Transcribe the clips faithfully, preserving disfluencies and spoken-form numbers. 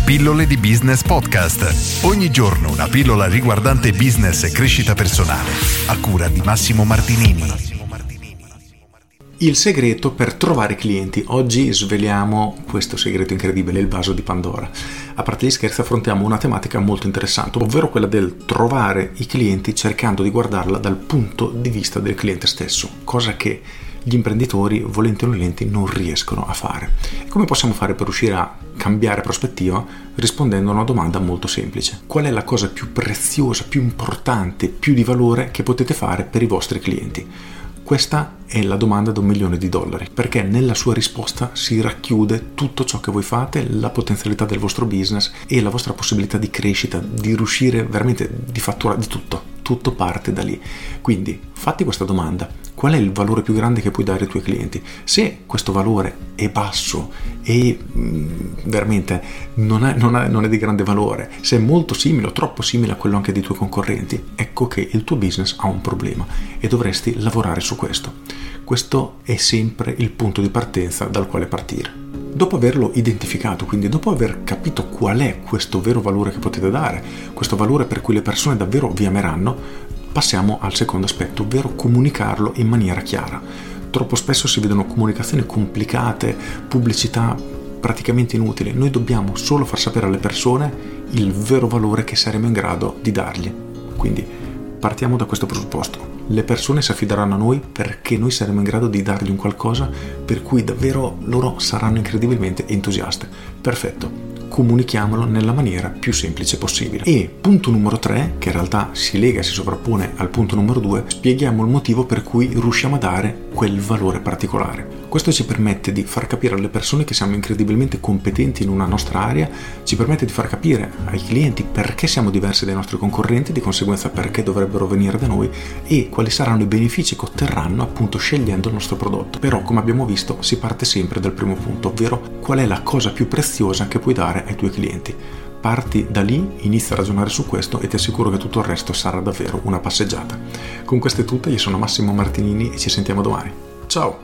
Pillole di Business Podcast. Ogni giorno una pillola riguardante business e crescita personale. A cura di Massimo Martinini. Il segreto per trovare clienti. Oggi sveliamo questo segreto incredibile, il vaso di Pandora. A parte gli scherzi, affrontiamo una tematica molto interessante, ovvero quella del trovare i clienti cercando di guardarla dal punto di vista del cliente stesso, cosa che gli imprenditori, volenti o nolenti, non riescono a fare. E come possiamo fare per riuscire a cambiare prospettiva? Rispondendo a una domanda molto semplice: qual è la cosa più preziosa, più importante, più di valore che potete fare per i vostri clienti? Questa è la domanda da un milione di dollari, perché nella sua risposta si racchiude tutto ciò che voi fate, la potenzialità del vostro business e la vostra possibilità di crescita, di riuscire veramente di fatturare, di tutto. Tutto parte da lì. Quindi fatti questa domanda: qual è il valore più grande che puoi dare ai tuoi clienti? Se questo valore è basso e mh, veramente non è, non, è, non è di grande valore, se è molto simile o troppo simile a quello anche dei tuoi concorrenti, ecco che il tuo business ha un problema e dovresti lavorare su questo. Questo è sempre il punto di partenza dal quale partire. Dopo averlo identificato, quindi dopo aver capito qual è questo vero valore che potete dare, questo valore per cui le persone davvero vi ameranno, passiamo al secondo aspetto, ovvero comunicarlo in maniera chiara. Troppo spesso si vedono comunicazioni complicate, pubblicità praticamente inutili. Noi dobbiamo solo far sapere alle persone il vero valore che saremo in grado di dargli. Quindi partiamo da questo presupposto. Le persone si affideranno a noi perché noi saremo in grado di dargli un qualcosa per cui davvero loro saranno incredibilmente entusiaste. Perfetto. Comunichiamolo nella maniera più semplice possibile. E punto numero tre, che in realtà si lega e si sovrappone al punto numero due, spieghiamo il motivo per cui riusciamo a dare quel valore particolare. Questo ci permette di far capire alle persone che siamo incredibilmente competenti in una nostra area, ci permette di far capire ai clienti perché siamo diversi dai nostri concorrenti, di conseguenza perché dovrebbero venire da noi e quali saranno i benefici che otterranno appunto scegliendo il nostro prodotto. Però, come abbiamo visto, si parte sempre dal primo punto, ovvero qual è la cosa più preziosa che puoi dare ai tuoi clienti. Parti da lì, inizia a ragionare su questo e ti assicuro che tutto il resto sarà davvero una passeggiata. Con questo è tutto, io sono Massimo Martinini e ci sentiamo domani. Ciao!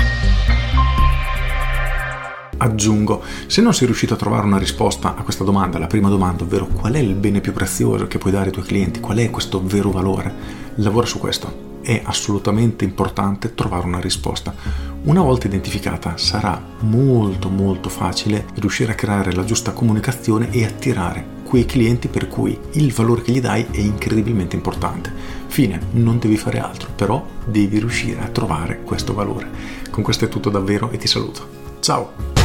Aggiungo, se non sei riuscito a trovare una risposta a questa domanda, la prima domanda, ovvero qual è il bene più prezioso che puoi dare ai tuoi clienti, qual è questo vero valore, lavora su questo. È assolutamente importante trovare una risposta. Una volta identificata sarà molto molto facile riuscire a creare la giusta comunicazione e attirare quei clienti per cui il valore che gli dai è incredibilmente importante. Fine, non devi fare altro, però devi riuscire a trovare questo valore. Con questo è tutto davvero e ti saluto. Ciao!